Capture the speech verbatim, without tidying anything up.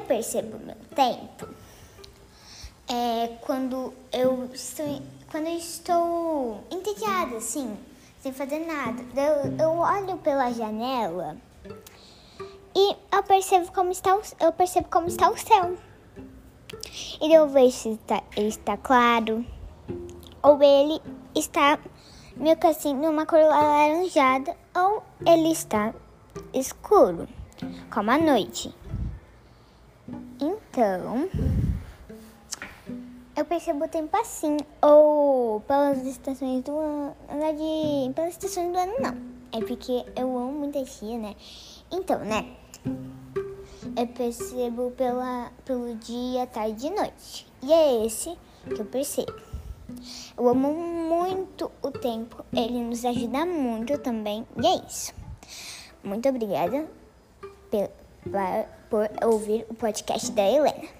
percebo meu tempo é quando eu estou, quando eu estou entediada, assim, sem fazer nada. Eu, eu olho pela janela e eu percebo como está o, eu percebo como está o céu. E eu vejo se está, ele está claro ou ele está meio que assim numa cor alaranjada ou ele está escuro, como a noite. Então, eu percebo o tempo assim, ou pelas estações do ano, na verdade, pelas estações do ano não, é porque eu amo muita tia, né? Então, né, eu percebo pela, pelo dia, tarde e noite, e é esse que eu percebo. Eu amo muito o tempo, ele nos ajuda muito também, e é isso. Muito obrigada por, por ouvir o podcast da Helena.